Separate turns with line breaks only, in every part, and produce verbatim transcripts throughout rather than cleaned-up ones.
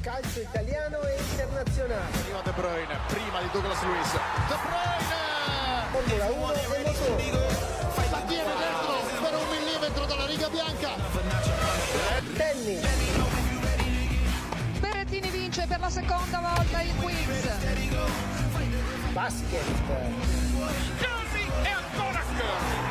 calcio italiano e internazionale.
Arriva De Bruyne, prima di Douglas Luiz. De Bruyne!
Formula uno e motori.
La tiene dentro per un millimetro dalla riga bianca.
Tennis.
Berrettini vince per la seconda volta il quiz.
Basket.
Curry e ancora Curry!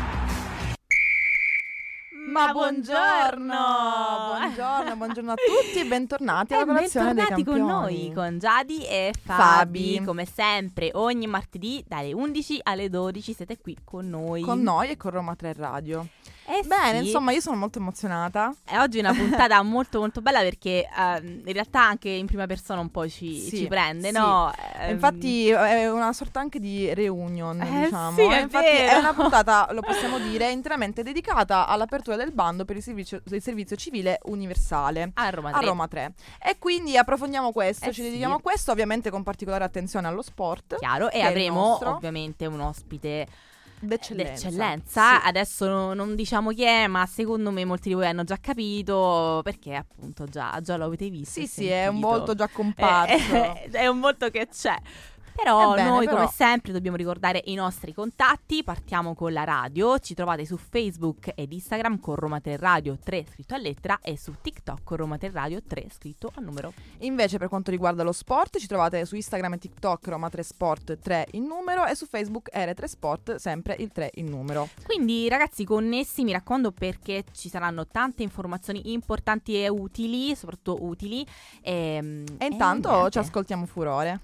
Ma buongiorno! Buongiorno, buongiorno a tutti e bentornati alla colazione dei campioni.
Bentornati con noi, con Giadi e Fabi.
Fabi.
Come sempre, ogni martedì dalle undici alle dodici siete qui con noi.
Con noi e con Roma tre Radio.
Eh
Bene,
sì.
insomma, io sono molto emozionata.
E oggi è una puntata molto molto bella perché uh, in realtà anche in prima persona un po' ci,
Sì,
ci prende,
sì.
no?
E infatti è una sorta anche di reunion,
Eh,
diciamo.
sì, è
E infatti
vero.
è una puntata, lo possiamo dire, interamente dedicata all'apertura del bando per il servizio, il servizio civile universale
a Roma
a
tre.
Roma tre. E quindi approfondiamo questo,
Eh
ci
sì.
dedichiamo a questo, ovviamente con particolare attenzione allo sport.
Chiaro,
che
e
è il
avremo
nostro.
ovviamente un ospite
D'eccellenza.
d'eccellenza.
Sì.
Adesso non diciamo chi è, ma secondo me molti di voi hanno già capito perché appunto già, già lo avete visto.
Sì,
e
sì, è un
sentito.
volto già comparso.
Eh, è un volto che c'è. Però
Ebbene,
noi
però-
come sempre dobbiamo ricordare i nostri contatti. Partiamo con la radio. Ci trovate su Facebook ed Instagram con Roma tre Radio tre scritto a lettera e su TikTok con Roma tre Radio tre scritto a numero.
Invece per quanto riguarda lo sport ci trovate su Instagram e TikTok Roma tre Sport tre in numero e su Facebook R tre Sport sempre il tre in numero.
Quindi ragazzi, connessi, mi raccomando, perché ci saranno tante informazioni importanti e utili, soprattutto utili. E,
E intanto
niente.
ci ascoltiamo Furore.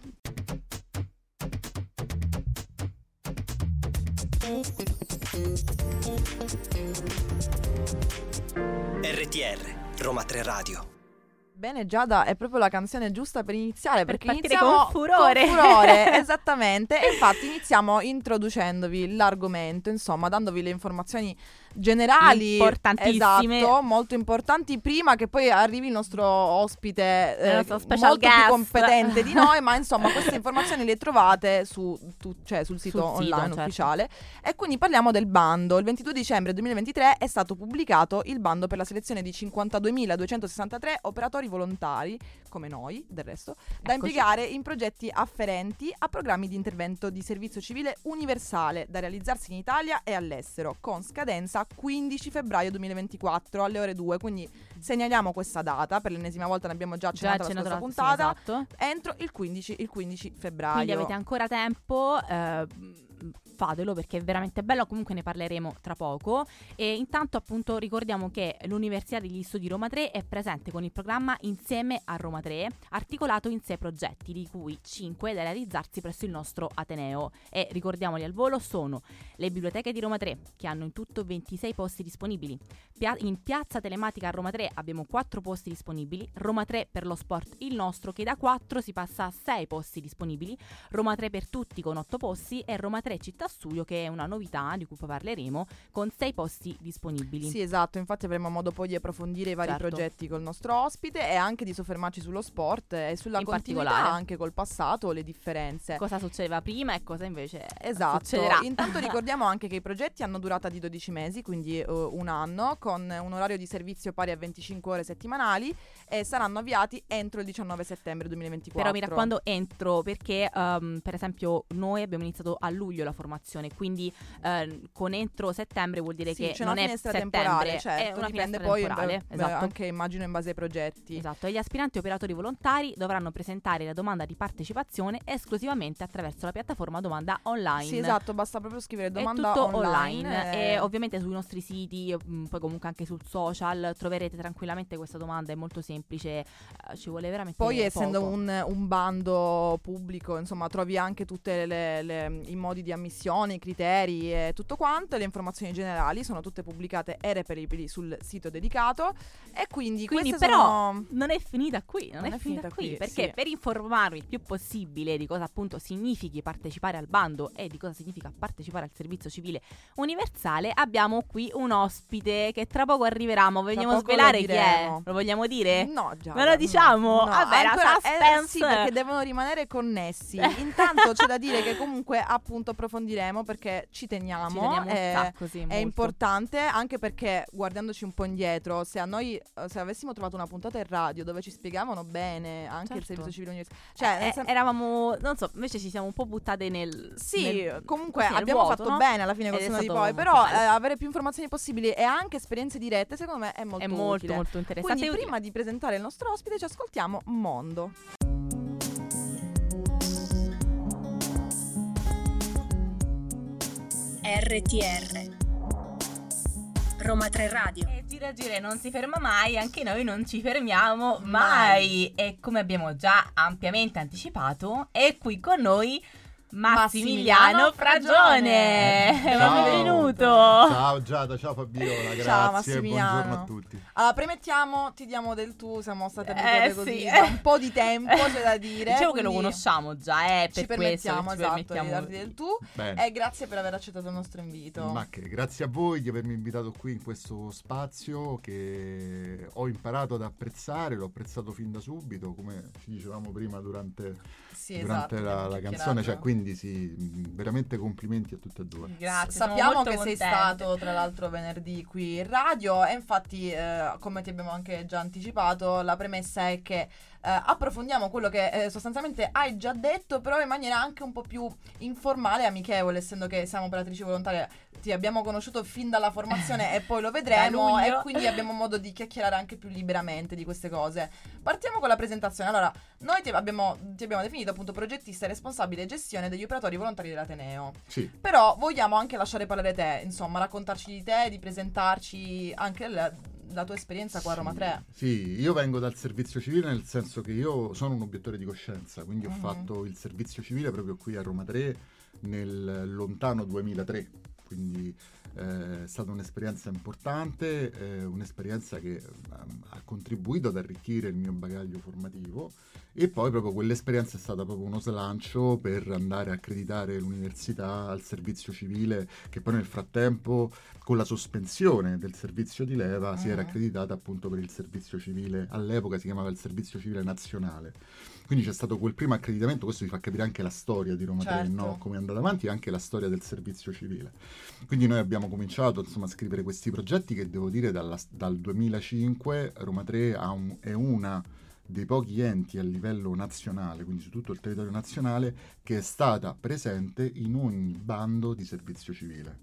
R T R, Roma tre Radio.
Bene Giada, è proprio la canzone giusta per iniziare
Per
perché
partire
iniziamo
con furore.
con furore, esattamente. E infatti iniziamo introducendovi l'argomento, insomma, dandovi le informazioni generali
Importantissime.
esatto, molto importanti prima che poi arrivi il nostro ospite eh,
Il nostro special
molto
guest.
più competente di noi, ma insomma queste informazioni le trovate su, tu- cioè, sul sito
Sul sito,
online
certo.
ufficiale. E quindi parliamo del bando. Il ventidue dicembre duemilaventitré è stato pubblicato il bando per la selezione di cinquantaduemiladuecentosessantatré operatori volontari, come noi del resto, da
Eccoci.
impiegare in progetti afferenti a programmi di intervento di servizio civile universale da realizzarsi in Italia e all'estero, con scadenza quindici febbraio duemilaventiquattro alle ore due. Quindi segnaliamo questa data, per l'ennesima volta ne abbiamo già
Già
accennato la
accennato
scorsa
la-
puntata,
sì, esatto.
entro il quindici, il quindici febbraio.
Quindi avete ancora tempo, eh, fatelo perché è veramente bello, comunque ne parleremo tra poco. E intanto appunto ricordiamo che l'Università degli Studi Roma tre è presente con il programma Insieme a Roma tre, articolato in sei progetti, di cui cinque da realizzarsi presso il nostro Ateneo. E ricordiamoli al volo, sono le biblioteche di Roma tre, che hanno in tutto ventisei posti disponibili. Pia- in Piazza Telematica a Roma tre abbiamo quattro posti disponibili. Roma tre per lo sport il nostro, che da quattro si passa a sei posti disponibili. Roma tre per tutti con otto posti e Roma tre Città Studio, che è una novità di cui poi parleremo, con sei posti disponibili.
Sì, esatto, infatti avremo modo poi di approfondire i vari
Certo.
progetti col nostro ospite e anche di soffermarci sullo sport e sulla
In
continuità
particolare.
anche col passato, le differenze.
Cosa succedeva prima e cosa invece
Esatto,
succederà.
intanto ricordiamo anche che i progetti hanno durata di dodici mesi, quindi uh, un anno, con un orario di servizio pari a venticinque ore settimanali e saranno avviati entro il diciannove settembre duemilaventiquattro.
Però mi raccomando entro, perché um, per esempio noi abbiamo iniziato a luglio la formazione, quindi eh, con entro settembre vuol dire
Sì,
che
c'è
non
una
è
finestra
settembre,
temporale,
è
certo,
una
dipende
finestra
poi
temporale,
beh,
esatto.
anche immagino in base ai progetti.
Esatto, e gli aspiranti operatori volontari dovranno presentare la domanda di partecipazione esclusivamente attraverso la piattaforma domanda online.
Sì, esatto, basta proprio scrivere domanda
È tutto
online,
online,
e-
e ovviamente sui nostri siti, mh, poi comunque anche sul social troverete tranquillamente questa domanda, è molto semplice, eh, ci vuole veramente
Poi
poco.
essendo un, un bando pubblico, insomma, trovi anche tutti i modi di ammissione, i criteri e tutto quanto. Le informazioni generali sono tutte pubblicate e reperibili sul sito dedicato. E quindi,
Quindi
queste
però
sono...
non è finita qui, non,
Non
è,
è
finita,
finita
qui,
qui,
perché
sì.
per informarvi il più possibile di cosa appunto significhi partecipare al bando e di cosa significa partecipare al servizio civile universale, abbiamo qui un ospite che tra poco arriverà, ma vogliamo
poco lo
svelare chi è?
diremo.
Lo vogliamo dire?
No, già.
Me lo diciamo?
No,
Vabbè, la
ancora- eh,
suspense.
sì, perché devono rimanere connessi. Intanto c'è da dire che comunque ha appunto approfondiremo perché ci teniamo,
Ci teniamo un
è,
sacco, sì,
è
molto.
importante, anche perché guardandoci un po' indietro, se a noi eh, se avessimo trovato una puntata in radio dove ci spiegavano bene anche il
Certo.
servizio civile universitario, cioè
Eh,
nel sen-
eravamo, non so, invece ci siamo un po' buttate nel
sì,
nel-
comunque
così, nel
abbiamo
vuoto,
fatto
no?
bene alla fine
Ed
col
è
Senno di
stato
poi,
molto
però
bello.
eh, avere più informazioni possibili e anche esperienze dirette secondo me è molto
È molto
utile.
molto interessante.
Quindi
e utile.
prima di presentare il nostro ospite ci ascoltiamo Mondo.
R T R Roma tre Radio.
E gira gira e non si ferma mai, anche noi non ci fermiamo mai.
Mai.
E come abbiamo già ampiamente anticipato, è qui con noi
Massimiliano
Massimiliano Fragione.
Fragione.
Benvenuto.
Ciao Giada, ciao Fabiola, grazie,
Ciao, Massimiliano.
buongiorno a tutti.
Allora, premettiamo, ti diamo del tu, siamo state
Eh,
abituate così
sì.
da un po' di tempo, c'è da dire.
Diciamo che lo
quindi
conosciamo già, eh,
ci
per questo
permettiamo,
che ci
esatto,
permettiamo
di darti del tu.
Bene.
E grazie per aver accettato il nostro invito.
Ma che grazie a voi di avermi invitato qui in questo spazio che ho imparato ad apprezzare, l'ho apprezzato fin da subito, come ci dicevamo prima durante,
Sì,
durante
esatto,
la,
abbiamo
la canzone,
chiacchierato.
cioè quindi sì, mh, veramente complimenti a tutte e due.
Grazie, siamo
Sappiamo
molto
che sei
contente.
stato tra l'altro venerdì qui in radio e infatti eh, come ti abbiamo anche già anticipato la premessa è che eh, approfondiamo quello che eh, sostanzialmente hai già detto, però in maniera anche un po' più informale e amichevole, essendo che siamo operatrici volontarie, ti abbiamo conosciuto fin dalla formazione e poi lo vedremo
Da luglio.
e quindi abbiamo modo di chiacchierare anche più liberamente di queste cose. Partiamo con la presentazione. Allora, noi ti abbiamo, ti abbiamo definito appunto progettista e responsabile gestione degli operatori volontari dell'Ateneo.
Sì,
Però vogliamo anche lasciare parlare te, insomma, raccontarci di te, di presentarci anche la, la tua esperienza qua a Roma tre.
Sì, io vengo dal servizio civile, nel senso che io sono un obiettore di coscienza, quindi
Mhm.
ho fatto il servizio civile proprio qui a Roma tre nel lontano duemilatré, quindi eh, è stata un'esperienza importante, eh, un'esperienza che eh, ha contribuito ad arricchire il mio bagaglio formativo e poi proprio quell'esperienza è stata proprio uno slancio per andare a accreditare l'università al servizio civile, che poi nel frattempo con la sospensione del servizio di leva si era
Mhm.
accreditata appunto per il servizio civile, all'epoca si chiamava il servizio civile nazionale. Quindi c'è stato quel primo accreditamento, questo vi fa capire anche la storia di Roma tre,
Certo.
no? Come è andata avanti e anche la storia del servizio civile. Quindi noi abbiamo cominciato insomma, a scrivere questi progetti che devo dire dalla- dal duemilacinque Roma tre ha un- è una dei pochi enti a livello nazionale, quindi su tutto il territorio nazionale, che è stata presente in ogni bando di servizio civile.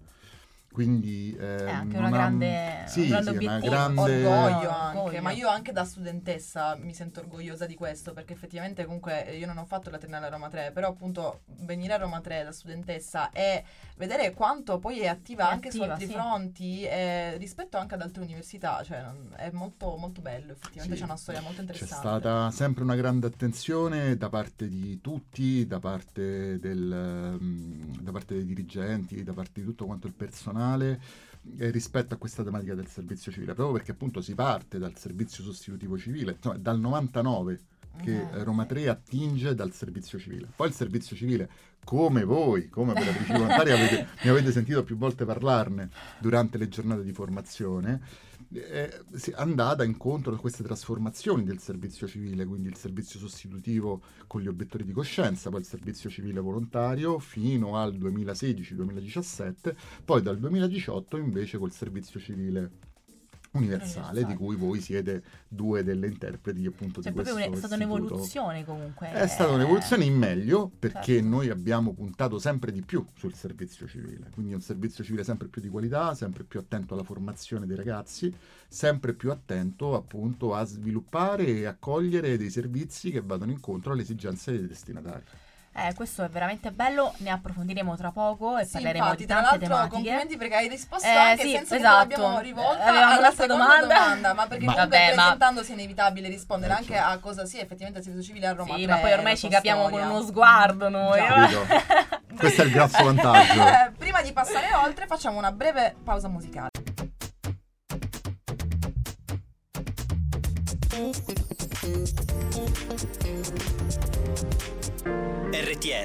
Quindi
È
ehm,
anche
non
una
ha-
grande,
sì,
un grande
sì, una
obiettivo.
grande-
Orgoglio anche,
Orgoglio.
ma io anche da studentessa mi sento orgogliosa di questo, perché effettivamente comunque io non ho fatto la triennale a Roma tre, però appunto venire a Roma tre da studentessa e vedere quanto poi è attiva
È
anche su
attiva,
altri
sì.
fronti eh, rispetto anche ad altre università, cioè non- è molto molto bello, effettivamente
Sì.
c'è una storia molto
C'è
interessante.
stata sempre una grande attenzione da parte di tutti, da parte, del, mm, da parte dei dirigenti, da parte di tutto quanto il personale eh, rispetto a questa tematica del servizio civile, proprio perché appunto si parte dal servizio sostitutivo civile, insomma è dal novantanove che
Mhm.
eh, Roma tre attinge dal servizio civile. Poi il servizio civile, come voi, come operatrici volontarie, avete, mi avete sentito più volte parlarne durante le giornate di formazione, è andata incontro a queste trasformazioni del servizio civile, quindi il servizio sostitutivo con gli obiettori di coscienza, poi il servizio civile volontario fino al duemilasedici duemiladiciassette, poi dal duemiladiciotto invece col servizio civile universale, di cui voi siete due delle interpreti appunto
Cioè,
di
proprio
questo
un- è stata
istituto.
un'evoluzione comunque.
È stata un'evoluzione in meglio, perché
Certo.
noi abbiamo puntato sempre di più sul servizio civile, quindi un servizio civile sempre più di qualità, sempre più attento alla formazione dei ragazzi, sempre più attento appunto a sviluppare e accogliere dei servizi che vadano incontro alle esigenze dei destinatari.
Eh, questo è veramente bello, ne approfondiremo tra poco e
Sì,
parleremo
infatti,
di
tra
tante
l'altro
tematiche.
complimenti perché hai risposto
Eh,
anche
sì,
senza
esatto.
che te l'abbiamo rivolta
Eh, avevamo
alla
un'altra
seconda
domanda.
domanda, ma perché
Ma-
comunque
vabbè, ma-
presentandosi è inevitabile rispondere
Eh,
anche
certo.
a cosa sia effettivamente il servizio civile a Roma
Sì,
tre,
ma poi
la
ormai ci
sua
capiamo
storia.
con uno sguardo noi.
Già.
eh.
Capito? Questo è il grosso vantaggio.
Eh, prima di passare oltre facciamo una breve pausa musicale.
R T R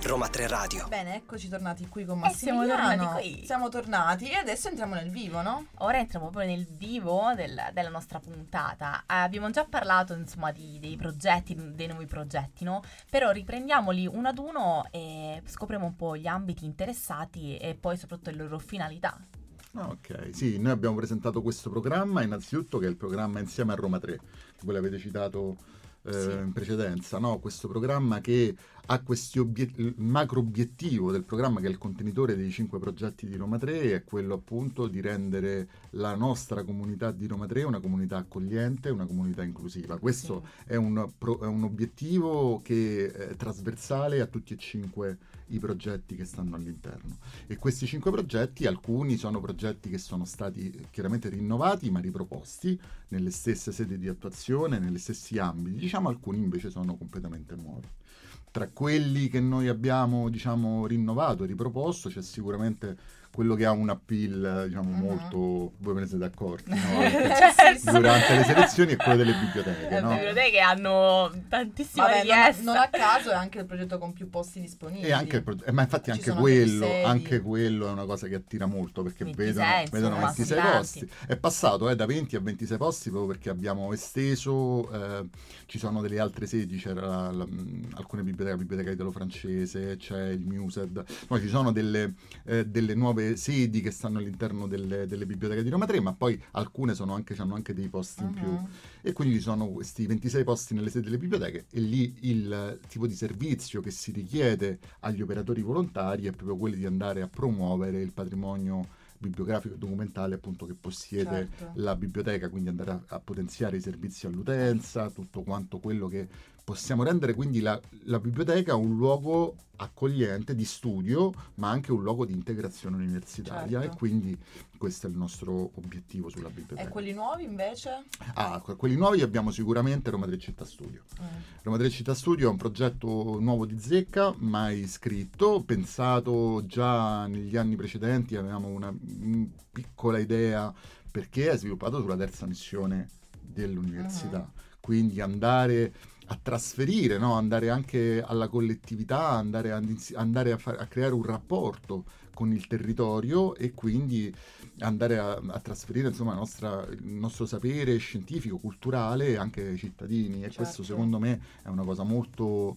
Roma tre Radio.
Bene, eccoci tornati qui con
Eh, siamo
Massimiliano.
tornati qui.
Siamo tornati e adesso entriamo nel vivo, no?
Ora entriamo proprio nel vivo del- della nostra puntata. Eh, abbiamo già parlato, insomma, di- dei progetti, dei nuovi progetti, no? Però riprendiamoli uno ad uno e scopriamo un po' gli ambiti interessati e poi soprattutto le loro finalità.
Ah, ok, sì, noi abbiamo presentato questo programma, innanzitutto che è il programma Insieme a Roma tre, che voi l'avete citato eh,
Sì.
in precedenza, no? Questo programma che ha questi obiet- il macro obiettivo del programma, che è il contenitore dei cinque progetti di Roma tre, è quello appunto di rendere la nostra comunità di Roma tre una comunità accogliente, una comunità inclusiva. Questo è, un, pro- è un obiettivo che è trasversale a tutti e cinque i progetti che stanno all'interno. E questi cinque progetti, alcuni sono progetti che sono stati chiaramente rinnovati ma riproposti nelle stesse sedi di attuazione, negli stessi ambiti, diciamo, alcuni invece sono completamente nuovi. Tra quelli che noi abbiamo, diciamo, rinnovato e riproposto c'è sicuramente quello che ha un appeal, diciamo,
Mhm.
molto, voi ve ne siete accorti, no?
Certo. Sì, sì.
Durante le selezioni è quello delle biblioteche,
Le
no?
biblioteche hanno tantissima
Vabbè, non,
richiesta.
non a caso è anche il progetto con più posti disponibili.
E anche il pro- eh, ma infatti
Ci
anche
sono delle
quello,
sedi.
anche quello è una cosa che attira molto, perché
ventisei,
vedono,
insomma,
vedono
sono
ventisei
tanti.
posti. È passato eh, da venti a ventisei posti proprio perché abbiamo esteso, eh, ci sono delle altre sedi, c'era la- la- mh, alcune biblioteche, la biblioteca italo-francese, c'è il Mused, no, ci sono delle, eh, delle nuove sedi che stanno all'interno delle, delle biblioteche di Roma tre, ma poi alcune sono anche, hanno anche dei posti in più.
Mhm.
E quindi ci sono questi ventisei posti nelle sedi delle biblioteche e lì il tipo di servizio che si richiede agli operatori volontari è proprio quello di andare a promuovere il patrimonio bibliografico e documentale appunto che possiede
Certo.
la biblioteca, quindi andare a, a potenziare i servizi all'utenza, tutto quanto quello che possiamo rendere quindi la, la biblioteca un luogo accogliente di studio, ma anche un luogo di integrazione universitaria,
Certo.
e quindi questo è il nostro obiettivo sulla biblioteca.
E quelli nuovi invece?
Ah, que- quelli nuovi abbiamo sicuramente Roma tre Città Studio.
Mm.
Roma tre Città Studio è un progetto nuovo di zecca, mai scritto, pensato già negli anni precedenti, avevamo una mm, piccola idea perché è sviluppato sulla terza missione dell'università,
Mhm.
quindi andare a trasferire, no? Andare anche alla collettività, andare, a, andare a, far- a creare un rapporto con il territorio e quindi andare a, a trasferire insomma la nostra- il nostro sapere scientifico, culturale anche ai cittadini, e
Certo.
questo secondo me è una cosa molto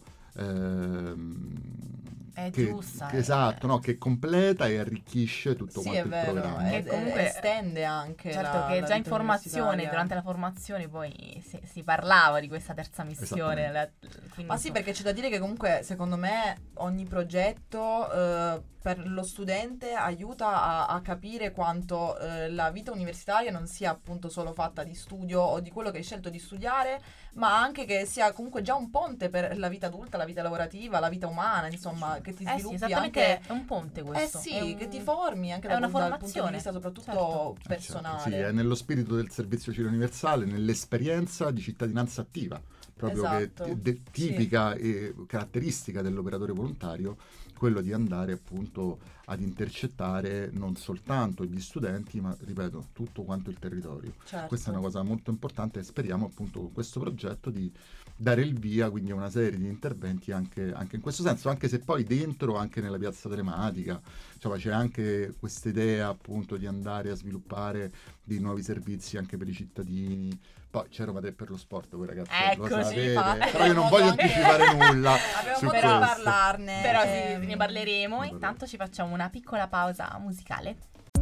ehm,
È
che,
giusta,
che
è-
esatto, no? Che completa e arricchisce tutto
Sì,
quanto
è
il
vero,
programma.
e,
Che comunque-
e estende anche
Certo
la,
che
la
già in
vita
formazione,
universitaria.
durante la formazione poi si, si parlava di questa terza missione. la- quindi,
Ma sì,
insomma,
perché c'è da dire che comunque secondo me ogni progetto eh, per lo studente aiuta a, a capire quanto eh, la vita universitaria non sia appunto solo fatta di studio o di quello che hai scelto di studiare, ma anche che sia comunque già un ponte per la vita adulta, la vita lavorativa, la vita umana, insomma, che ti
Eh sì,
sviluppi
esattamente,
anche...
è un ponte
Eh
questo.
sì,
è un-
che ti formi anche
è
da,
una
dal punto di
formazione,
vista soprattutto
certo.
Eh, certo,
personale.
sì, è nello spirito del servizio civile universale, nell'esperienza di cittadinanza attiva, proprio
Esatto,
che de- tipica e caratteristica dell'operatore volontario, quello di andare appunto ad intercettare non soltanto gli studenti, ma ripeto, tutto quanto il territorio.
Certo.
Questa è una cosa molto importante e speriamo appunto con questo progetto di dare il via quindi a una serie di interventi anche, anche in questo senso, anche se poi dentro, anche nella piazza telematica, cioè, c'è anche questa idea appunto di andare a sviluppare dei nuovi servizi anche per i cittadini. Poi c'è Roma tre per lo sport, voi ragazzi
Eccoci,
lo sapete,
infatti.
però io non voglio anticipare nulla
Abbiamo
su
modo di
questo.
parlarne.
Però
ehm,
sì, ne parleremo.
ne
Intanto ci facciamo una piccola pausa musicale.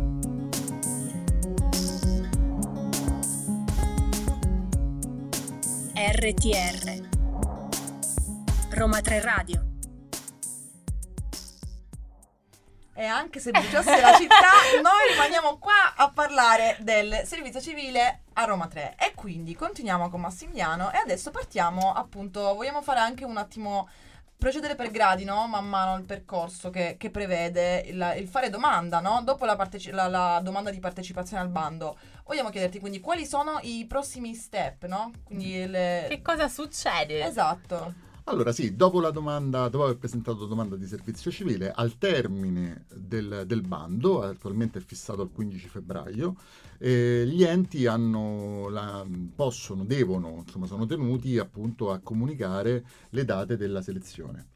R T R Roma tre Radio.
E anche se bruciasse la città, noi rimaniamo qua a parlare del servizio civile a Roma tre. E quindi continuiamo con Massimiliano e adesso partiamo appunto, vogliamo fare anche un attimo, procedere per gradi, no? Man mano il percorso che, che prevede il, il fare domanda, no? Dopo la, parteci- la, la domanda di partecipazione al bando, vogliamo chiederti quindi quali sono i prossimi step, no? Quindi le...
Che cosa succede?
Esatto.
Allora sì, dopo la domanda, dopo aver presentato la domanda di servizio civile, al termine del, del bando, attualmente è fissato al quindici febbraio, eh, gli enti hanno la, possono, devono, insomma sono tenuti appunto a comunicare le date della selezione.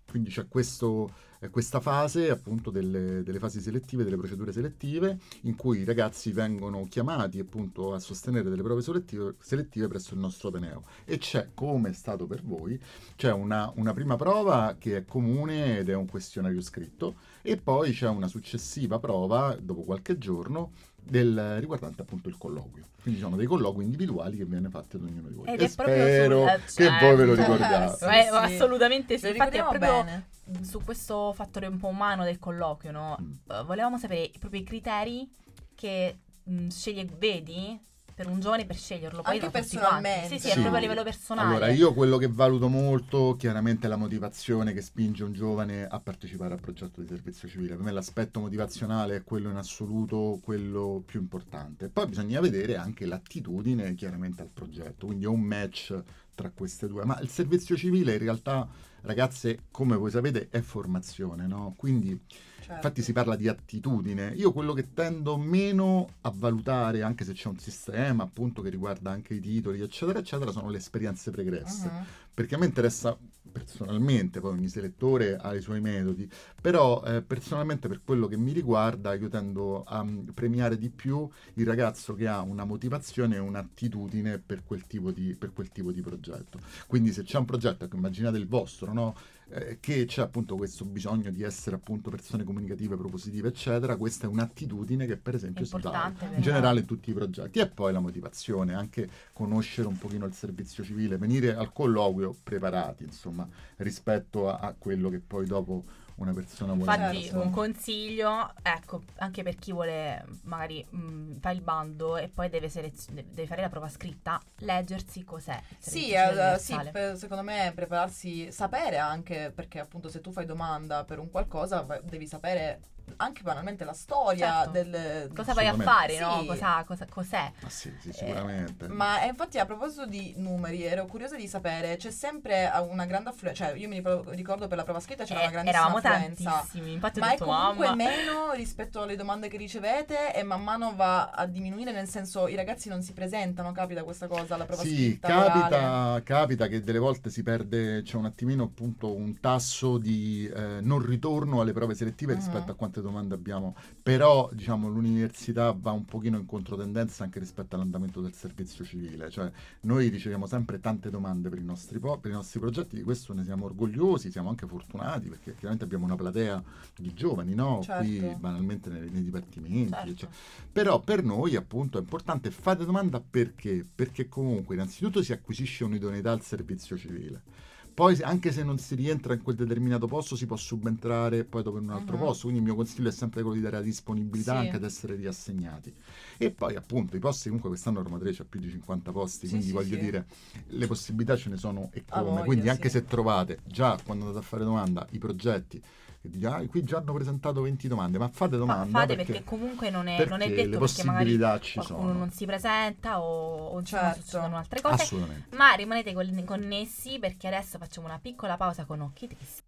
quindi c'è questo, eh, questa fase appunto delle, delle fasi selettive, delle procedure selettive, in cui i ragazzi vengono chiamati appunto a sostenere delle prove selettive, selettive presso il nostro Ateneo. E c'è, come è stato per voi, c'è una, una prima prova che è comune ed è un questionario scritto, e poi c'è una successiva prova dopo qualche giorno del, riguardante appunto il colloquio. Quindi sono dei colloqui individuali che viene fatti ad ognuno di voi.
Ed
e
è proprio
spero
sul-
che
certo.
voi ve lo ricordiate.
Eh,
Sì, sì.
assolutamente sì.
Lo
Infatti è
ricordiamo
proprio
bene.
su questo fattore un po' umano del colloquio, no?
Mm.
Eh, volevamo sapere proprio i criteri che mh, sceglie, vedi, per un giovane per sceglierlo. Poi
Anche
da tutti
personalmente.
quanti. Sì, sì,
Sì.
è proprio a livello personale.
Allora, io quello che valuto molto, chiaramente, è la motivazione che spinge un giovane a partecipare al progetto di servizio civile. Per me l'aspetto motivazionale è quello in assoluto, quello più importante. Poi bisogna vedere anche l'attitudine, chiaramente, al progetto, quindi è un match tra queste due. Ma il servizio civile in realtà, ragazze, come voi sapete, è formazione, no? Quindi
Certo.
infatti si parla di attitudine. Io quello che tendo meno a valutare, anche se c'è un sistema appunto che riguarda anche i titoli eccetera eccetera, sono le esperienze pregresse.
Mhm.
Perché a me interessa personalmente, poi ogni selettore ha i suoi metodi, però eh, personalmente, per quello che mi riguarda, io tendo a mm, premiare di più il ragazzo che ha una motivazione e un'attitudine per quel tipo di, per quel tipo di progetto. Quindi se c'è un progetto, ecco, immaginate il vostro, no? Eh, che c'è appunto questo bisogno di essere appunto persone comunicative, propositive eccetera, questa è un'attitudine che per esempio si dà
Importante,
in
vero?
generale in tutti i progetti. E poi la motivazione, anche conoscere un pochino il servizio civile, venire al colloquio preparati, insomma, rispetto a, a quello che poi dopo una persona vuole
Infatti
fare.
un consiglio, ecco, anche per chi vuole magari mh, fa il bando e poi deve, selezio- deve fare la prova scritta, leggersi cos'è il
Sì,
servizio civile
eh, sì,
universale.
per- secondo me prepararsi, sapere anche, perché appunto se tu fai domanda per un qualcosa va- devi sapere anche banalmente la storia
Certo.
del...
Cosa vai a
Assolutamente.
fare, no?
Sì.
Cosa, cosa- cos'è?
Ah, sì, sì, sicuramente.
Eh, ma eh, infatti a proposito di numeri, ero curiosa di sapere, c'è sempre una grande affluenza, cioè io mi ripro- ricordo per la prova scritta c'era
Eh,
una grandissima
eravamo
affluenza.
tantissimi, infatti ho
Ma è
detto
comunque
mamma.
meno rispetto alle domande che ricevete e man mano va a diminuire, nel senso i ragazzi non si presentano, capita questa cosa alla prova
Sì,
scritta, orale.
capita, capita che delle volte si perde, c'è un attimino appunto un tasso di eh, non ritorno alle prove selettive
Mhm.
rispetto a quante domande abbiamo, però diciamo l'università va un pochino in controtendenza anche rispetto all'andamento del servizio civile, cioè noi riceviamo sempre tante domande per i nostri, po- per i nostri progetti, di questo ne siamo orgogliosi, siamo anche fortunati perché chiaramente abbiamo una platea di giovani, no?
Certo.
Qui banalmente nei, nei dipartimenti,
Certo.
eccetera. Però per noi appunto è importante fare domanda perché? Perché comunque innanzitutto si acquisisce un'idoneità al servizio civile. Poi se- anche se non si rientra in quel determinato posto si può subentrare poi dopo in un altro
Mhm.
posto, quindi il mio consiglio è sempre quello di dare la disponibilità
Sì.
anche ad essere riassegnati. E poi appunto i posti, comunque quest'anno a Roma tre c'è più di cinquanta posti,
Sì,
quindi
sì,
voglio
sì.
dire le possibilità ce ne sono e
Ah,
come,
voglia,
quindi anche
sì.
se trovate già quando andate a fare domanda i progetti che dite ah, qui già hanno presentato venti domande, ma fate
Fa-
domanda
fate perché, comunque non è, non è
perché
detto
le
perché magari
possibilità ci
qualcuno
sono.
non si presenta o, o insomma
Certo.
succedono altre cose.
Assolutamente.
Ma rimanete con- connessi perché adesso facciamo una piccola pausa con Occhi Tristi.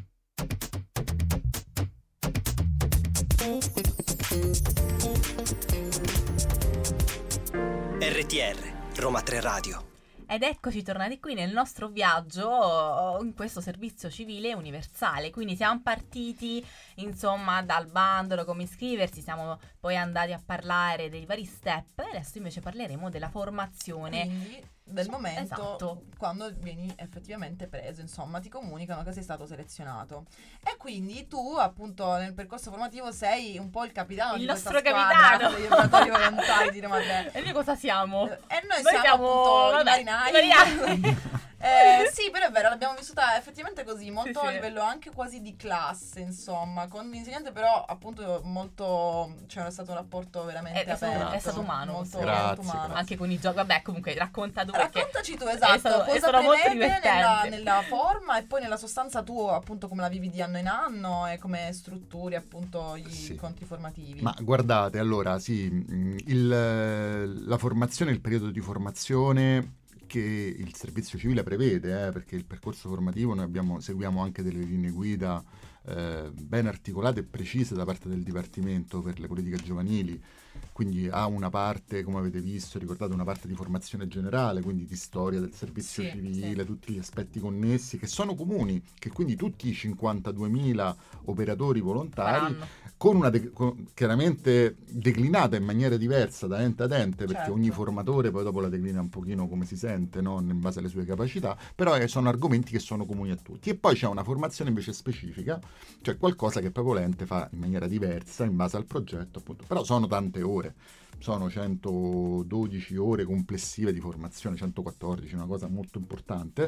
R T R, Roma tre Radio.
Ed eccoci tornati qui nel nostro viaggio in questo servizio civile universale. Quindi siamo partiti insomma dal bandolo, come iscriversi, siamo poi andati a parlare dei vari step e adesso invece parleremo della formazione.
Quindi del momento
Esatto.
quando vieni effettivamente preso, insomma ti comunicano che sei stato selezionato e quindi tu appunto nel percorso formativo sei un po' il capitano
Il
di
nostro
questa squadra
capitano.
degli operatori volontari di Roma tre.
E noi cosa siamo?
E noi,
Noi
siamo,
siamo,
appunto
vabbè,
i marinai.
i marinai.
Eh, sì, però è vero, l'abbiamo vissuta effettivamente così, molto
Sì,
a
sì.
livello anche quasi di classe, insomma, con l'insegnante però appunto molto, cioè è stato un rapporto veramente
È- è stato-
aperto,
è stato umano,
molto,
grazie,
molto umano.
grazie.
Anche con i giochi, vabbè, comunque racconta tu perché
Raccontaci tu, esatto,
è stato- è
cosa
stato molto
prevede nella,
divertente.
nella forma e poi nella sostanza tu appunto come la vivi di anno in anno e come strutturi appunto gli
Sì.
incontri formativi.
Ma guardate, allora sì, mh, il, la formazione, il periodo di formazione che il servizio civile prevede, eh, perché il percorso formativo noi abbiamo, seguiamo anche delle linee guida eh, ben articolate e precise da parte del Dipartimento per le politiche giovanili, quindi ha una parte, come avete visto, ricordate, una parte di formazione generale, quindi di storia del servizio
Sì,
civile,
sì.
tutti gli aspetti connessi che sono comuni, che quindi tutti i cinquantaduemila operatori volontari
Faranno.
con una de- con- chiaramente declinata in maniera diversa da ente ad ente, perché
Certo.
ogni formatore poi dopo la declina un pochino come si sente, no? In base alle sue capacità, però eh, sono argomenti che sono comuni a tutti. E poi c'è una formazione invece specifica, cioè qualcosa che proprio l'ente fa in maniera diversa in base al progetto, appunto. Però sono tante ore, sono centododici ore complessive di formazione, centoquattordici, una cosa molto importante,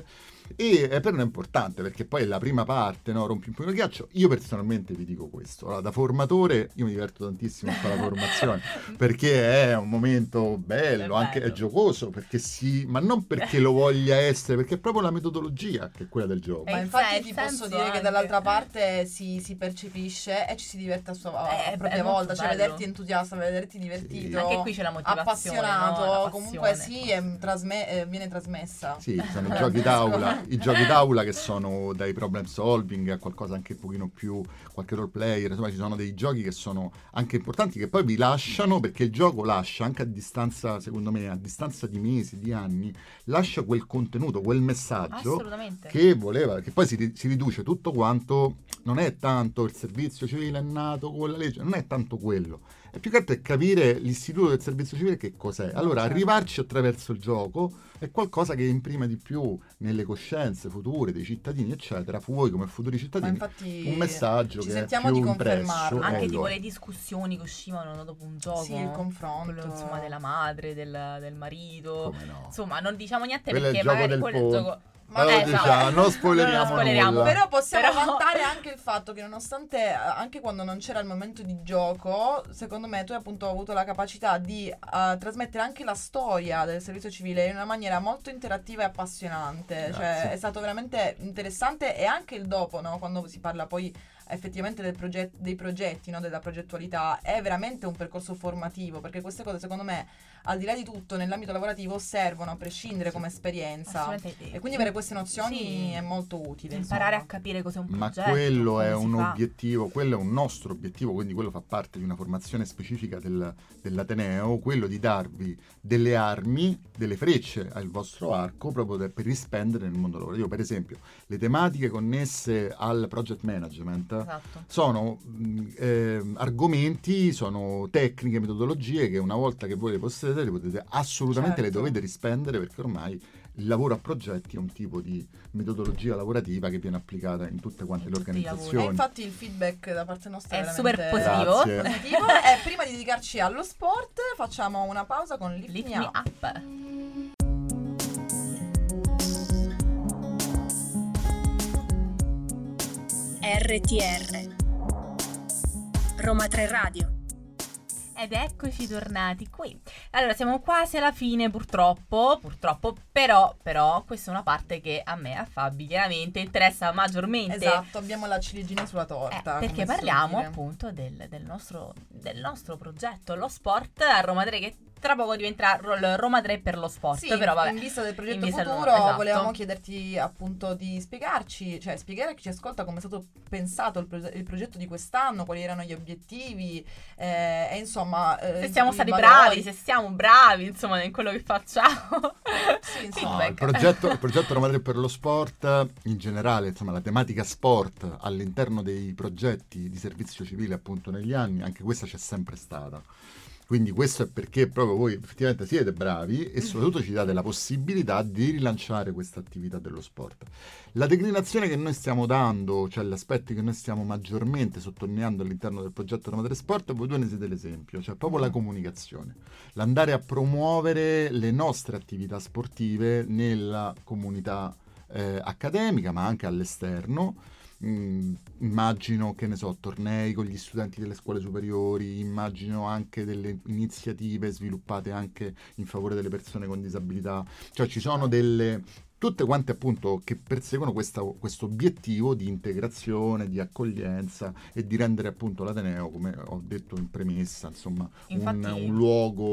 e eh, per noi è importante perché poi è la prima parte, no? Rompi un po' il ghiaccio. Io personalmente vi dico questo, allora, da formatore io mi diverto tantissimo a fare la formazione perché è un momento bello,
È
anche
bello.
è giocoso, perché si, ma non perché lo voglia essere, perché è proprio la metodologia che è quella del gioco.
Eh,
Ma
il
infatti
sen-
ti
il
posso
senso
dire che
anche.
dall'altra parte si, si percepisce e ci si diverte a sua a
Eh, è
propria
molto
volta, cioè
bello.
vederti entusiasta, vederti divertito,
Sì.
Anche qui c'è la motivazione,
appassionato,
no? La
comunque
passione.
sì, è trasme- eh, viene trasmessa.
Sì, ci sono i giochi d'aula, i giochi d'aula che sono dai problem solving a qualcosa anche un pochino più, qualche role player, insomma ci sono dei giochi che sono anche importanti che poi vi lasciano, perché il gioco lascia anche a distanza, secondo me, a distanza di mesi, di anni, lascia quel contenuto, quel messaggio
Assolutamente.
che voleva, che poi si, ri- si riduce tutto quanto, non è tanto il servizio civile è nato con la legge, non è tanto quello, è più che altro è capire l'istituto del servizio civile che cos'è. Allora,
certo.
arrivarci attraverso il gioco è qualcosa che imprime di più nelle coscienze future dei cittadini, eccetera, voi come futuri
Ma
cittadini,
infatti
un messaggio
ci
che
sentiamo
è più
di
impresso.
confermarlo.
Anche
eh,
tipo
lo-
le discussioni che uscivano dopo un gioco.
Sì, il confronto.
Quello, insomma, della madre, del, del marito.
Come no?
Insomma, non diciamo niente
Quello è il
perché
gioco
magari
del
quello è il
ponte.
gioco.
Ma
Allora,
eh,
diciamo,
esatto.
non spoileriamo,
Non spoileriamo.
nulla.
Però possiamo
Però-
vantare anche il fatto che nonostante, eh, anche quando non c'era il momento di gioco, secondo me tu hai appunto avuto la capacità di eh, trasmettere anche la storia del servizio civile in una maniera molto interattiva e appassionante.
Grazie.
Cioè è stato veramente interessante, e anche il dopo, no? Quando si parla poi effettivamente del proget- dei progetti, no? Della progettualità, è veramente un percorso formativo, perché queste cose secondo me, al di là di tutto, nell'ambito lavorativo servono a prescindere come esperienza.
Assolutamente.
E quindi avere queste nozioni
Sì.
è molto utile.
Imparare
insomma.
a capire cos'è un
Ma
progetto.
quello è
come si
un
fa.
obiettivo, quello è un nostro obiettivo, quindi quello fa parte di una formazione specifica del- dell'Ateneo, quello di darvi delle armi, delle frecce al vostro arco proprio per, per rispendere nel mondo lavorativo. Per esempio, le tematiche connesse al project management
Esatto.
sono mh, eh, argomenti, sono tecniche, metodologie che una volta che voi le possedete, le potete assolutamente, le
Certo.
dovete rispendere, perché ormai il lavoro a progetti è un tipo di metodologia lavorativa che viene applicata in tutte quante
In
le
tutti i lavori.
E
organizzazioni.
infatti il feedback da parte nostra
È
è
super
veramente
positivo.
Grazie.
positivo. E prima di dedicarci allo sport facciamo una pausa con Lift,
Lift
Me
me
Up.
up.
R T R Roma tre Radio.
Ed eccoci tornati qui. Allora, siamo quasi alla fine, purtroppo, purtroppo, però, però, questa è una parte che a me, a Fabi, chiaramente interessa maggiormente.
Esatto, abbiamo la ciliegina sulla
Eh,
torta.
perché
come si suol
parliamo
dire.
appunto del, del nostro, del nostro progetto, lo sport a Roma tre, che tra poco diventerà Ro- Roma tre per lo sport.
Sì,
però vabbè.
in vista del progetto
in vista del-
futuro
esatto.
volevamo chiederti appunto di spiegarci, cioè spiegare a chi ci ascolta come è stato pensato il, proge- il progetto di quest'anno, quali erano gli obiettivi, eh, e insomma eh,
Se siamo
i
stati
valori.
bravi, se siamo bravi, insomma, in quello che facciamo.
Sì, insomma.
No,
Feedback.
il progetto, il progetto Roma tre per lo sport, in generale, insomma, la tematica sport all'interno dei progetti di servizio civile appunto negli anni, anche questa c'è sempre stata. Quindi questo è perché proprio voi effettivamente siete bravi e soprattutto ci date la possibilità di rilanciare questa attività dello sport. La declinazione che noi stiamo dando, cioè gli aspetti che noi stiamo maggiormente sottolineando all'interno del progetto Roma tre Sport, voi due ne siete l'esempio, cioè proprio la comunicazione, l'andare a promuovere le nostre attività sportive nella comunità eh, accademica, ma anche all'esterno. Mm, immagino, che ne so, tornei con gli studenti delle scuole superiori, immagino anche delle iniziative sviluppate anche in favore delle persone con disabilità, cioè ci sono delle tutte quante appunto che perseguono questo obiettivo di integrazione, di accoglienza e di rendere appunto l'Ateneo, come ho detto in premessa, insomma,
Infatti-
un, un luogo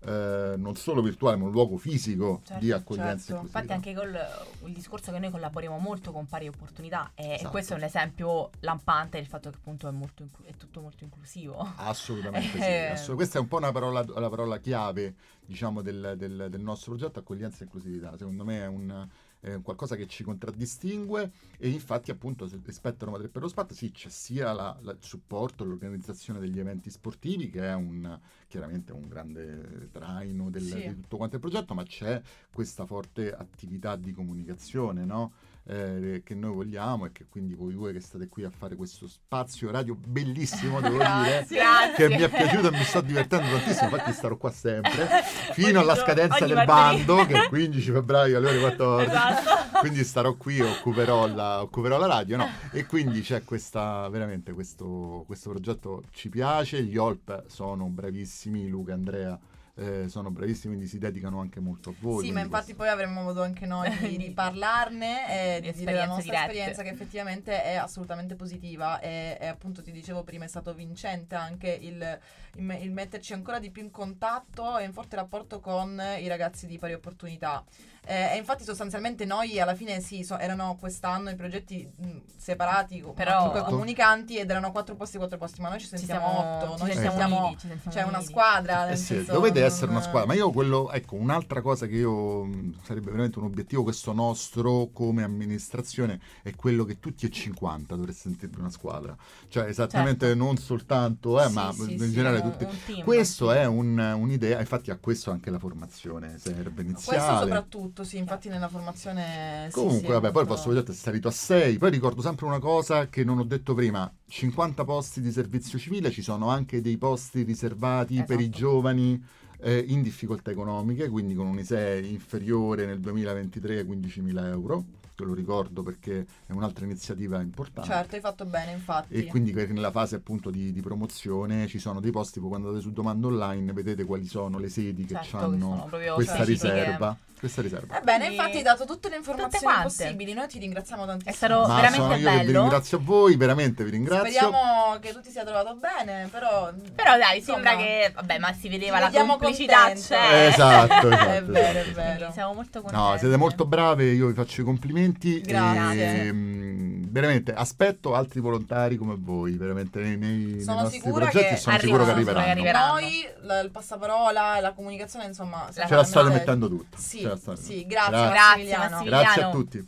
eh, non solo virtuale ma un luogo fisico
Certo,
di accoglienza
certo.
e inclusività.
Infatti anche col il discorso che noi collaboriamo molto con Pari Opportunità e,
Esatto.
e questo è un esempio lampante del fatto che appunto è, molto inclu- è tutto molto inclusivo.
Assolutamente sì.
Eh.
assolut- questa è un po' una parola, la parola chiave, diciamo, del, del- del nostro progetto accoglienza e inclusività. Secondo me è un, è un qualcosa che ci contraddistingue e infatti appunto se- rispetto a Roma tre per lo Spat sì, c'è sia la- la- il supporto, l'organizzazione degli eventi sportivi che è un, chiaramente un grande traino del-
Sì.
di tutto quanto il progetto, ma c'è questa forte attività di comunicazione, no? Eh, che noi vogliamo e che quindi voi due che state qui a fare questo spazio radio bellissimo, devo dire,
Grazie.
che mi è piaciuto e mi sto divertendo tantissimo, infatti starò qua sempre fino alla
Ogni
scadenza
giorno,
del
ogni
bando
martedì.
che è il quindici febbraio alle ore quattordici.
Esatto.
Quindi starò qui e occuperò la, occuperò la radio, no? E quindi c'è questa, veramente questo, questo progetto ci piace, gli O L P sono bravissimi, Luca e Andrea eh, sono bravissimi, quindi si dedicano anche molto a voi.
Sì, ma
quindi
infatti
questo-
poi avremmo modo anche noi di, di parlarne e
Di
di dire la
esperienze
nostra
dirette.
esperienza che effettivamente è assolutamente positiva e, e appunto ti dicevo prima è stato vincente anche il, il me- il metterci ancora di più in contatto e in forte rapporto con i ragazzi di Pari Opportunità. Eh, e infatti sostanzialmente noi alla fine sì, so- erano quest'anno i progetti mh, separati con
Però-
cinque comunicanti ed erano quattro posti, quattro posti, ma noi ci
Ci
sentiamo
siamo,
otto,
ci
noi ci
sentiamo
sentiamo,
uniti, ci sentiamo
c'è una
uniti.
squadra,
Eh
nel
sì,
senso,
dovete
non-
essere una squadra, ma io quello, ecco, un'altra cosa che io mh, sarebbe veramente un obiettivo questo nostro come amministrazione è quello che tutti e cinquanta dovreste sentirvi una squadra, cioè esattamente
Certo.
non soltanto, eh,
Sì,
ma
sì,
in
sì,
generale
un-
tutti.
un team.
Questo è un- un'idea, infatti a questo anche la formazione serve
Questo
iniziale.
soprattutto, sì, infatti nella formazione sì,
Comunque,
sì, è
vabbè, poi il
molto-
vostro progetto è salito a sei. Poi ricordo sempre una cosa che non ho detto prima: cinquanta posti di servizio civile, ci sono anche dei posti riservati per i
Esatto.
giovani eh, in difficoltà economiche, quindi con un I S E E inferiore nel duemilaventitré ai quindicimila euro. Te lo ricordo perché è un'altra iniziativa importante.
Certo, hai fatto bene, infatti.
E quindi che nella fase appunto di, di promozione ci sono dei posti, tipo quando andate su domanda online vedete quali sono le sedi che
Certo, che
hanno
sono proprio
questa
specifiche.
riserva. Questa riserva.
Ebbene,
Quindi-
infatti hai dato tutte le informazioni
quante.
possibili. Noi ti ringraziamo tantissimo.
È stato
Ma
veramente
sono io che vi
bello.
ringrazio a voi, veramente vi ringrazio.
Speriamo che tu ti sia trovato bene, però...
Però dai,
insomma,
sembra che vabbè, ma si vedeva
ti
la
vediamo
complicità
contento.
c'è.
Esatto, esatto.
È vero, è
esatto.
vero.
Quindi siamo molto contenti.
No, siete molto brave, io vi faccio i complimenti.
Grazie.
E, mh, veramente aspetto altri volontari come voi, veramente nei, nei, nei
Sono
nostri
sicura
progetti
che
e sono sicuro che
arrivano,
arriveranno.
arriveranno.
Noi, la- il passaparola, la comunicazione, insomma...
Ce la state
sicuramente-
mettendo tutta.
Sì,
Ce la state-
sì, grazie,
Grazie.
Massimiliano.
Grazie,
Grazie a
Massimiliano.
tutti.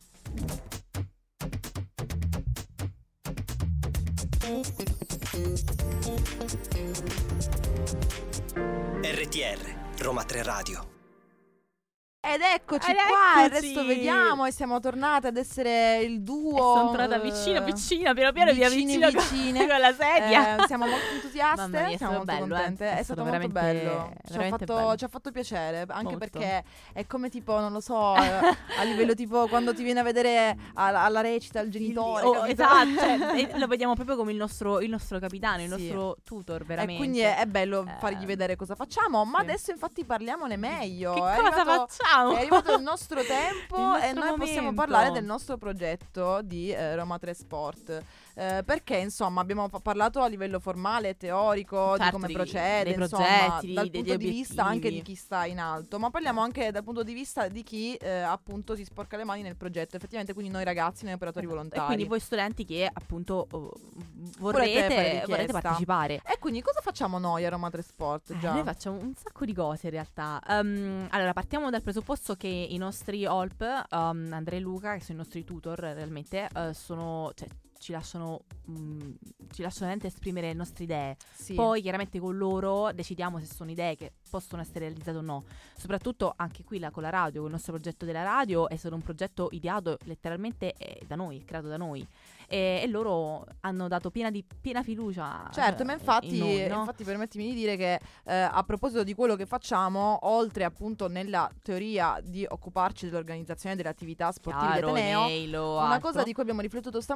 R T R, Roma tre Radio.
Ed eccoci
Ed
qua, il
eccoci.
resto vediamo e siamo tornate ad essere il duo.
Sono tornata
eh,
vicina, vicina, piano piano mi
vicine,
avvicino con-
vicine.
con la sedia.
Eh, siamo molto entusiaste,
Mamma mia, è
siamo
stato
molto
bello, eh.
contente.
È
È,
stato
stato molto
veramente-
bello. Ci ha,
veramente
fatto,
bello.
ci ha fatto piacere, anche
Molto.
perché è come tipo, non lo so, eh, a livello tipo quando ti viene a vedere alla, alla recita il genitore.
Oh,
capito?
esatto, cioè, e lo vediamo proprio come il nostro, il nostro capitano, il
Sì.
nostro tutor,
E
veramente.
quindi è, è bello
Eh,
fargli vedere cosa facciamo, ma
sì.
adesso infatti parliamone meglio.
Che
è
cosa
arrivato,
facciamo?
È arrivato il nostro tempo
Il nostro
e noi possiamo
momento.
parlare del nostro progetto di eh, Roma tre Sport. Eh, perché insomma abbiamo fa- parlato a livello formale e teorico di
Certo,
come
di-
procede,
dei
insomma,
progetti,
dal
degli
punto di vista anche
obiettivi.
di chi sta in alto, ma parliamo anche dal punto di vista di chi eh, appunto si sporca le mani nel progetto, effettivamente, quindi noi ragazzi, noi operatori volontari.
E quindi voi studenti che appunto oh,
Volete
vorrete,
fare
vorrete
richiesta.
partecipare.
E quindi cosa facciamo noi a Roma tre Sport?
Eh,
Già?
noi facciamo un sacco di cose in realtà. Ehm, allora, partiamo dal presupposto che i nostri O L P, um, Andrea e Luca, che sono i nostri tutor realmente, eh, sono, cioè, ci lasciano, mh, ci lasciano veramente esprimere le nostre idee.
Sì.
Poi chiaramente con loro decidiamo se sono idee che possono essere realizzate o no. Soprattutto anche qui la, con la radio, con il nostro progetto della radio, è stato un progetto ideato letteralmente eh, da noi, creato da noi. E, e loro hanno dato piena, di, piena fiducia.
Certo,
eh,
ma infatti,
in noi, no?
infatti permettimi di dire che eh, a proposito di quello che facciamo, oltre appunto nella teoria di occuparci dell'organizzazione delle attività sportive
Chiaro,
di Ateneo,
email o
una
altro.
cosa di cui abbiamo riflettuto stamattina è che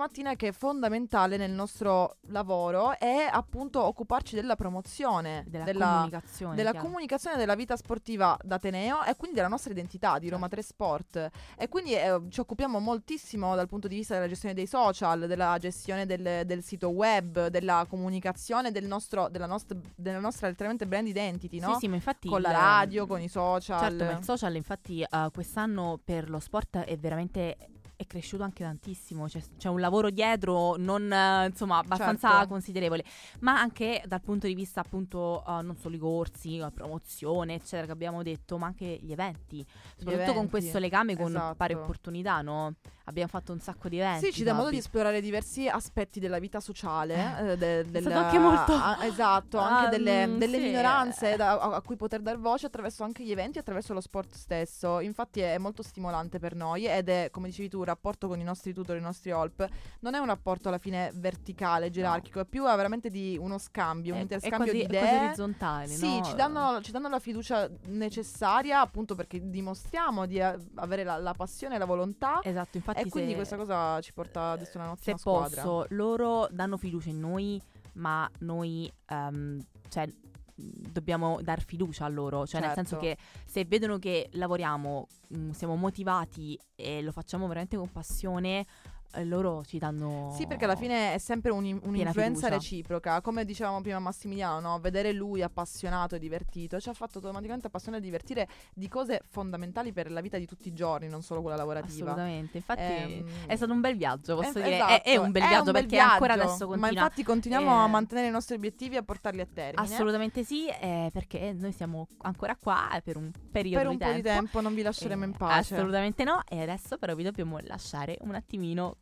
che fondamentale nel nostro lavoro è appunto occuparci della promozione,
Della,
della,
comunicazione.
della
chiaro.
comunicazione della vita sportiva d'Ateneo e quindi della nostra identità di Roma tre Sport. E quindi eh, ci occupiamo moltissimo dal punto di vista della gestione dei social, della gestione del, del sito web, della comunicazione del nostro, della, nostra, della nostra letteralmente brand identity, no?
Sì, sì, ma infatti
Con la
il-
radio, con i social.
Certo, ma il social infatti eh, quest'anno per lo sport è veramente è cresciuto anche tantissimo, c'è, c'è un lavoro dietro non eh, insomma abbastanza
Certo.
considerevole, ma anche dal punto di vista appunto eh, non solo i corsi, la promozione eccetera che abbiamo detto, ma anche gli eventi, soprattutto con
eventi,
questo legame con
esatto.
pari opportunità, no? Abbiamo fatto un sacco di eventi.
Sì, ci dà modo
Fabi.
di esplorare diversi aspetti della vita sociale. eh, de-
È
del-
stato anche molto-
ah, esatto, anche
Ah,
delle,
mm,
delle
sì.
minoranze da- a, a cui poter dar voce attraverso anche gli eventi, attraverso lo sport stesso. Infatti è molto stimolante per noi ed è, come dicevi tu, un rapporto con i nostri tutor, i nostri O L P. Non è un rapporto alla fine verticale, gerarchico, è più eh, veramente di uno scambio, un
È- è
interscambio
quasi-
di
è quasi
idee.
orizzontale,
Sì,
no?
ci danno, ci danno la fiducia necessaria appunto perché dimostriamo di eh, avere la, la passione e la volontà.
Esatto, infatti
E quindi
se-
questa cosa ci porta ad essere una
se
un'ottima squadra.
posso, loro danno fiducia in noi, ma noi ehm, cioè, mh, dobbiamo dar fiducia a loro, cioè nel senso
Certo.
che se vedono che lavoriamo, mh, siamo motivati e lo facciamo veramente con passione, eh, loro ci danno
Sì, perché alla fine è sempre un- un'influenza
fiducia.
reciproca. Come dicevamo prima Massimiliano, no? Vedere lui appassionato e divertito ci ha fatto automaticamente appassionare e divertire di cose fondamentali per la vita di tutti i giorni, non solo quella lavorativa.
Assolutamente, infatti
Ehm,
è stato un bel viaggio, posso
eh,
dire,
esatto,
è, è un bel viaggio perché ancora
viaggio,
adesso continua.
Ma infatti continuiamo
eh,
a mantenere i nostri obiettivi e a portarli a termine.
Assolutamente sì, eh, perché noi siamo ancora qua eh, per un periodo
Per un
di
po'
tempo.
di tempo non vi lasceremo
Eh,
in pace.
Assolutamente no. E adesso però vi dobbiamo lasciare un attimino.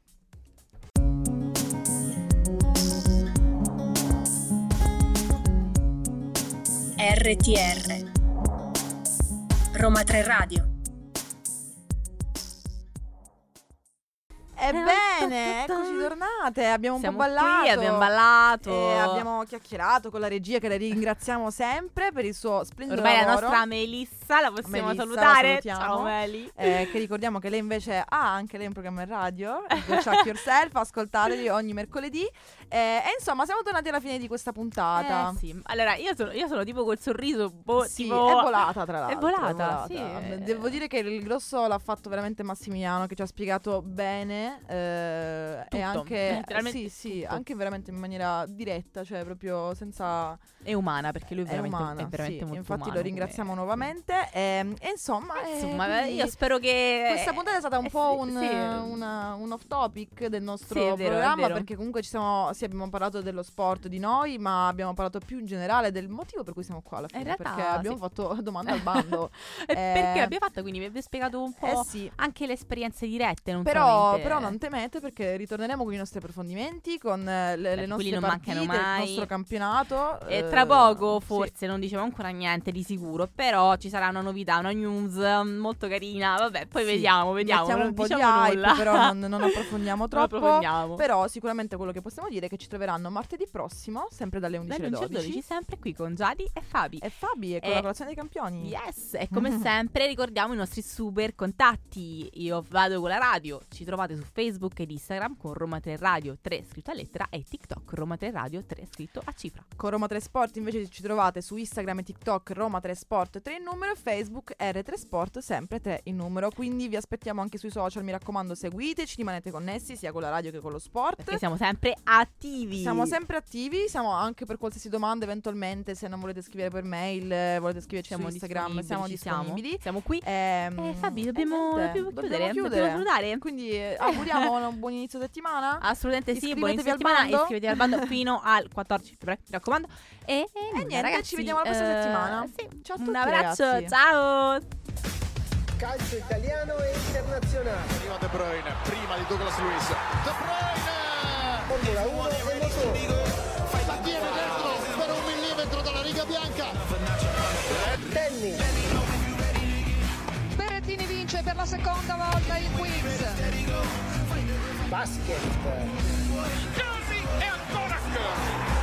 R T R Roma tre Radio.
Ebbene, eccoci tornate. Abbiamo un
Siamo
po' ballato.
qui, abbiamo ballato.
E abbiamo chiacchierato con la regia, che la ringraziamo sempre per il suo splendido
Ormai la
lavoro.
nostra Melissa la possiamo
Melissa,
salutare.
la salutiamo.
Ciao Meli.
Eh, che ricordiamo che lei invece ha anche lei un programma in radio, Go Check Yourself, ascoltateli ogni mercoledì. Eh, e insomma, siamo tornati alla fine di questa puntata.
Eh, sì. Allora, io sono, io sono tipo col sorriso. Boh,
Sì,
tipo...
è volata tra l'altro.
È volata, sì.
Devo dire che il grosso l'ha fatto veramente Massimiliano, che ci ha spiegato bene eh, e
Tutto,
anche
letteralmente
sì, sì,
tutto.
anche veramente in maniera diretta, cioè proprio senza
È umana, perché lui è
è
veramente,
umana,
è veramente
sì.
molto
Infatti
umano
lo ringraziamo nuovamente e, e insomma, eh,
Insomma,
quindi
io spero che
questa puntata è stata un
eh,
po'
sì,
un,
sì.
una- un off topic del nostro
Sì, è vero, è
programma,
vero.
perché comunque ci siamo, sì, abbiamo parlato dello sport di noi, ma abbiamo parlato più in generale del motivo per cui siamo qua alla fine,
In realtà,
perché abbiamo
sì.
fatto domande al bando.
E perché
Eh,
abbiamo fatto, quindi vi abbiamo spiegato un po'
Eh sì.
anche le esperienze dirette, non
Però,
solamente-
però non temete, perché ritorneremo con i nostri approfondimenti, con eh, le, le
Beh,
nostre
quelli non
partite,
mancano
il
mai.
nostro campionato.
E
eh,
tra poco,
sì.
forse, non diciamo ancora niente di sicuro, però ci sarà una novità, una news um, molto carina. Vabbè, poi
Sì,
vediamo, vediamo.
Mettiamo
non
un po'
diciamo
di hype,
nulla.
però non, non approfondiamo
Non
troppo.
approfondiamo.
Però sicuramente quello che possiamo dire è che ci troveranno martedì prossimo, sempre dalle undici alle
Dalle undici alle
dodici.
dodici, sempre qui con Giadi e Fabi.
E Fabi, e con
E-
la colazione dei campioni.
Yes, e come sempre ricordiamo i nostri super contatti. Io vado con la radio, ci trovate su Facebook ed Instagram con Roma tre Radio tre scritto a lettera e TikTok Roma tre Radio tre scritto a cifra.
Con Roma tre Sport invece ci trovate su Instagram e TikTok Roma tre Sport tre in numero e Facebook R tre Sport sempre tre in numero. Quindi vi aspettiamo anche sui social, mi raccomando, seguiteci, rimanete connessi sia con la radio che con lo sport.
Perché siamo sempre attivi.
Siamo sempre attivi, siamo anche per qualsiasi domanda eventualmente, se non volete scrivere per mail, eh, volete scriverci
Siamo
su Instagram,
disponibili,
siamo
ci
disponibili.
Siamo, siamo qui.
Ehm,
Eh, Fabi,
e
dobbiamo,
niente,
dobbiamo chiudere.
dobbiamo chiudere.
Dobbiamo salutare.
Quindi eh, auguriamo un buon inizio settimana.
Assolutamente sì, buon
Iscrivetevi
inizio
al
settimana,
bando.
iscrivetevi al bando fino al quattordici febbraio, mi raccomando. E, e nulla,
niente,
ragazzi,
ci vediamo la prossima
eh,
settimana.
sì.
Ciao a
Un
tutti,
abbraccio,
ragazzi.
ciao.
Calcio italiano e internazionale.
Arriva De Bruyne, prima di Douglas Luiz. De Bruyne!
Formula uno e motori.
La tiene dentro per un millimetro dalla riga bianca.
Tennis.
Berrettini vince per la seconda volta il quiz.
Basket.
Casi e ancora Curry.